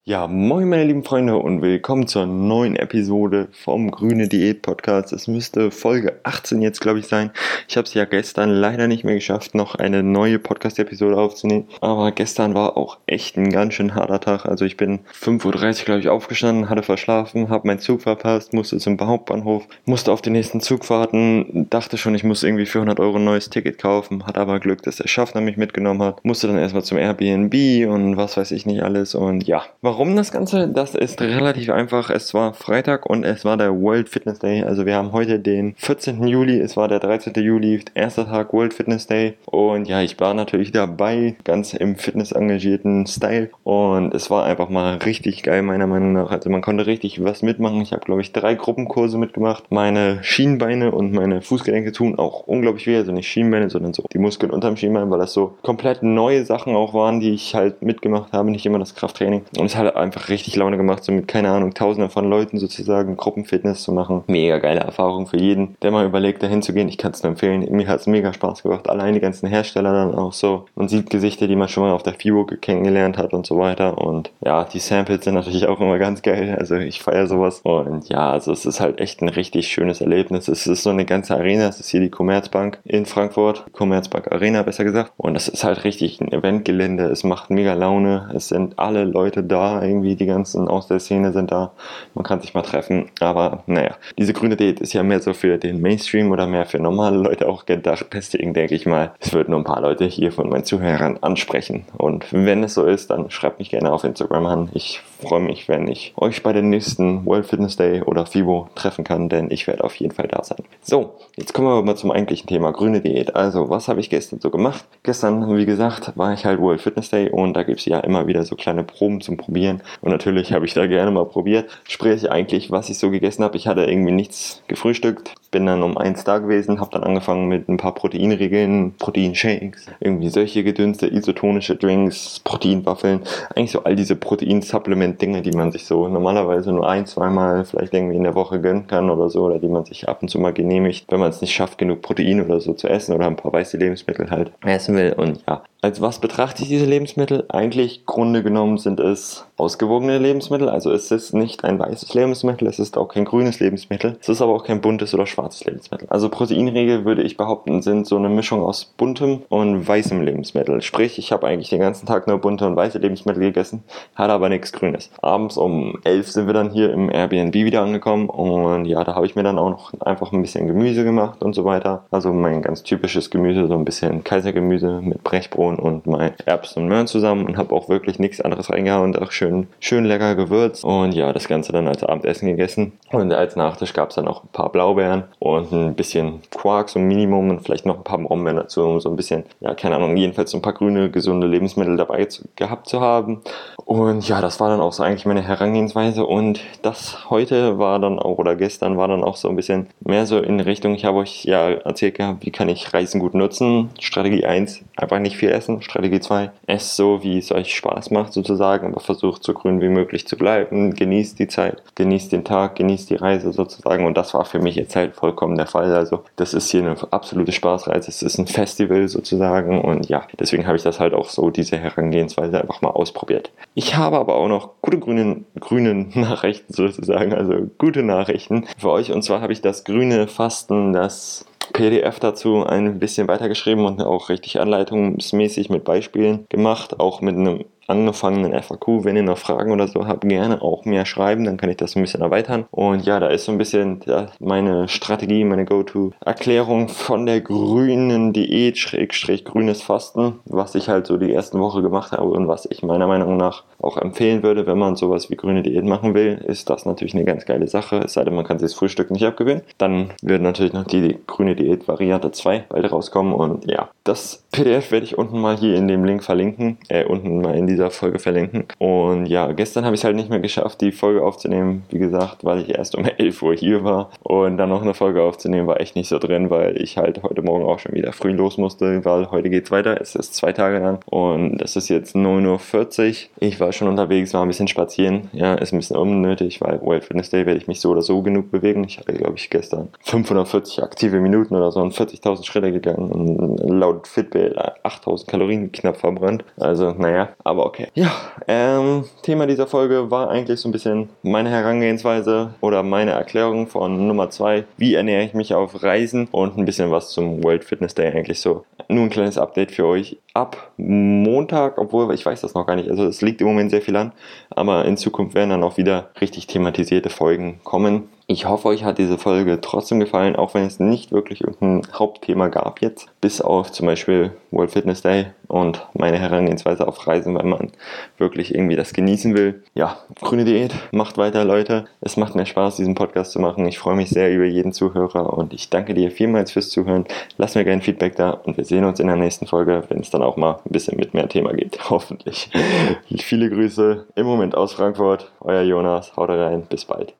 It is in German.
Ja, moin meine lieben Freunde und willkommen zur neuen Episode vom Grüne Diät Podcast. Es müsste Folge 18 jetzt, glaube ich, sein. Ich habe es ja gestern leider nicht mehr geschafft, noch eine neue Podcast-Episode aufzunehmen. Aber gestern war auch echt ein ganz schön harter Tag. Also ich bin 5:30 Uhr, glaube ich, aufgestanden, hatte verschlafen, habe meinen Zug verpasst, musste zum Hauptbahnhof, musste auf den nächsten Zug warten, dachte schon, ich muss irgendwie für 100 Euro ein neues Ticket kaufen, hatte aber Glück, dass der Schaffner mich mitgenommen hat, musste dann erstmal zum Airbnb und was weiß ich nicht alles und ja. Warum das Ganze? Das ist relativ einfach. Es war Freitag und es war der World Fitness Day. Also wir haben heute den 14. Juli, es war der 13. Juli, erster Tag World Fitness Day. Und ja, ich war natürlich dabei, ganz im fitnessengagierten Style. Und es war einfach mal richtig geil, meiner Meinung nach. Also man konnte richtig was mitmachen. Ich habe, glaube ich, 3 Gruppenkurse mitgemacht. Meine Schienbeine und meine Fußgelenke tun auch unglaublich weh. Also nicht Schienbeine, sondern so die Muskeln unterm Schienbein, weil das so komplett neue Sachen auch waren, die ich halt mitgemacht habe. Nicht immer das Krafttraining. Und es hat einfach richtig Laune gemacht, so mit, keine Ahnung, tausenden von Leuten sozusagen Gruppenfitness zu machen. Mega geile Erfahrung für jeden, der mal überlegt, dahin zu gehen. Ich kann es nur empfehlen. Mir hat es mega Spaß gemacht. Allein die ganzen Hersteller dann auch so. Man sieht Gesichter, die man schon mal auf der FIBO kennengelernt hat und so weiter. Und ja, die Samples sind natürlich auch immer ganz geil. Also ich feiere sowas. Und ja, also es ist halt echt ein richtig schönes Erlebnis. Es ist so eine ganze Arena. Es ist hier die Commerzbank in Frankfurt. Commerzbank Arena, besser gesagt. Und das ist halt richtig ein Eventgelände. Es macht mega Laune. Es sind alle Leute da. Irgendwie die ganzen aus der Szene sind da. Man kann sich mal treffen. Aber naja, diese grüne Diät ist ja mehr so für den Mainstream oder mehr für normale Leute auch gedacht. Deswegen denke ich mal, es wird nur ein paar Leute hier von meinen Zuhörern ansprechen. Und wenn es so ist, dann schreibt mich gerne auf Instagram an. Ich freue mich, wenn ich euch bei den nächsten World Fitness Day oder FIBO treffen kann, denn ich werde auf jeden Fall da sein. So, jetzt kommen wir aber mal zum eigentlichen Thema grüne Diät. Also, was habe ich gestern so gemacht? Gestern, wie gesagt, war ich halt World Fitness Day und da gibt es ja immer wieder so kleine Proben zum Probieren. Und natürlich habe ich da gerne mal probiert. Sprich eigentlich, was ich so gegessen habe. Ich hatte irgendwie nichts gefrühstückt. Bin dann um 1 da gewesen, habe dann angefangen mit ein paar Proteinriegeln, Proteinshakes, irgendwie solche Gedünste, isotonische Drinks, Proteinwaffeln. Eigentlich so all diese Protein-Supplement-Dinge, die man sich so normalerweise nur 1-2 Mal vielleicht irgendwie in der Woche gönnen kann oder so. Oder die man sich ab und zu mal genehmigt, wenn man es nicht schafft, genug Protein oder so zu essen oder ein paar weiße Lebensmittel halt essen will. Und ja, als was betrachte ich diese Lebensmittel? Eigentlich, Grunde genommen sind es ausgewogene Lebensmittel. Also es ist nicht ein weißes Lebensmittel, es ist auch kein grünes Lebensmittel. Es ist aber auch kein buntes oder schwarzes Lebensmittel. Also Proteinriegel, würde ich behaupten, sind so eine Mischung aus buntem und weißem Lebensmittel. Sprich, ich habe eigentlich den ganzen Tag nur bunte und weiße Lebensmittel gegessen, hatte aber nichts Grünes. Abends um 11 sind wir dann hier im Airbnb wieder angekommen und ja, da habe ich mir dann auch noch einfach ein bisschen Gemüse gemacht und so weiter. Also mein ganz typisches Gemüse, so ein bisschen Kaisergemüse mit Brechbrot und mein Erbsen und Möhren zusammen und habe auch wirklich nichts anderes reingehauen und auch schön lecker gewürzt und ja, das Ganze dann als Abendessen gegessen und als Nachtisch gab es dann auch ein paar Blaubeeren und ein bisschen Quark, so ein Minimum und vielleicht noch ein paar Brombeeren dazu, um so ein bisschen, ja, keine Ahnung, jedenfalls ein paar grüne, gesunde Lebensmittel dabei gehabt zu haben. Und ja, das war dann auch so eigentlich meine Herangehensweise und das heute war dann auch, oder gestern war dann auch so ein bisschen mehr so in Richtung, ich habe euch ja erzählt gehabt, wie kann ich Reisen gut nutzen. Strategie 1, einfach nicht viel essen. Strategie 2, esst so, wie es euch Spaß macht sozusagen, aber versucht so grün wie möglich zu bleiben. Genießt die Zeit, genießt den Tag, genießt die Reise sozusagen und das war für mich jetzt halt vollkommen der Fall. Also das ist hier eine absolute Spaßreise, es ist ein Festival sozusagen und ja, deswegen habe ich das halt auch so, diese Herangehensweise einfach mal ausprobiert. Ich habe aber auch noch gute grüne Nachrichten sozusagen, also gute Nachrichten für euch und zwar habe ich das grüne Fasten, das PDF dazu ein bisschen weitergeschrieben und auch richtig anleitungsmäßig mit Beispielen gemacht, auch mit einem angefangenen FAQ. Wenn ihr noch Fragen oder so habt, gerne auch mehr schreiben, dann kann ich das ein bisschen erweitern. Und ja, da ist so ein bisschen meine Strategie, meine Go-To-Erklärung von der grünen Diät, grünes Fasten, was ich halt so die ersten Woche gemacht habe und was ich meiner Meinung nach auch empfehlen würde, wenn man sowas wie grüne Diät machen will, ist das natürlich eine ganz geile Sache, es sei denn, man kann sich das Frühstück nicht abgewöhnen. Dann wird natürlich noch die grüne Diät Variante 2 bald rauskommen und ja, das PDF werde ich unten mal hier in dem Link verlinken, unten mal in dieser Folge verlinken. Und ja, gestern habe ich es halt nicht mehr geschafft, die Folge aufzunehmen, wie gesagt, weil ich erst um 11 Uhr hier war und dann noch eine Folge aufzunehmen, war echt nicht so drin, weil ich halt heute Morgen auch schon wieder früh los musste, weil heute geht's weiter, es ist 2 Tage lang und es ist jetzt 9:40 Uhr. Ich war schon unterwegs, war ein bisschen spazieren, ja, ist ein bisschen unnötig, weil World Fitness Day werde ich mich so oder so genug bewegen. Ich hatte, glaube ich, gestern 540 aktive Minuten oder so und 40.000 Schritte gegangen und laut Fitbit 8.000 Kalorien knapp verbrannt. Also naja, aber aber okay. Ja, Thema dieser Folge war eigentlich so ein bisschen meine Herangehensweise oder meine Erklärung von Nummer 2. Wie ernähre ich mich auf Reisen und ein bisschen was zum World Fitness Day eigentlich so. Nur ein kleines Update für euch. Ab Montag, obwohl ich weiß das noch gar nicht, also es liegt im Moment sehr viel an, aber in Zukunft werden dann auch wieder richtig thematisierte Folgen kommen. Ich hoffe, euch hat diese Folge trotzdem gefallen, auch wenn es nicht wirklich irgendein Hauptthema gab jetzt, bis auf zum Beispiel World Fitness Day und meine Herangehensweise auf Reisen, wenn man wirklich irgendwie das genießen will. Ja, grüne Diät, macht weiter, Leute. Es macht mir Spaß, diesen Podcast zu machen. Ich freue mich sehr über jeden Zuhörer und ich danke dir vielmals fürs Zuhören. Lass mir gerne Feedback da und wir sehen uns in der nächsten Folge, wenn es dann auch mal ein bisschen mit mehr Thema geht, hoffentlich. Viele Grüße im Moment aus Frankfurt, euer Jonas, haut rein, bis bald.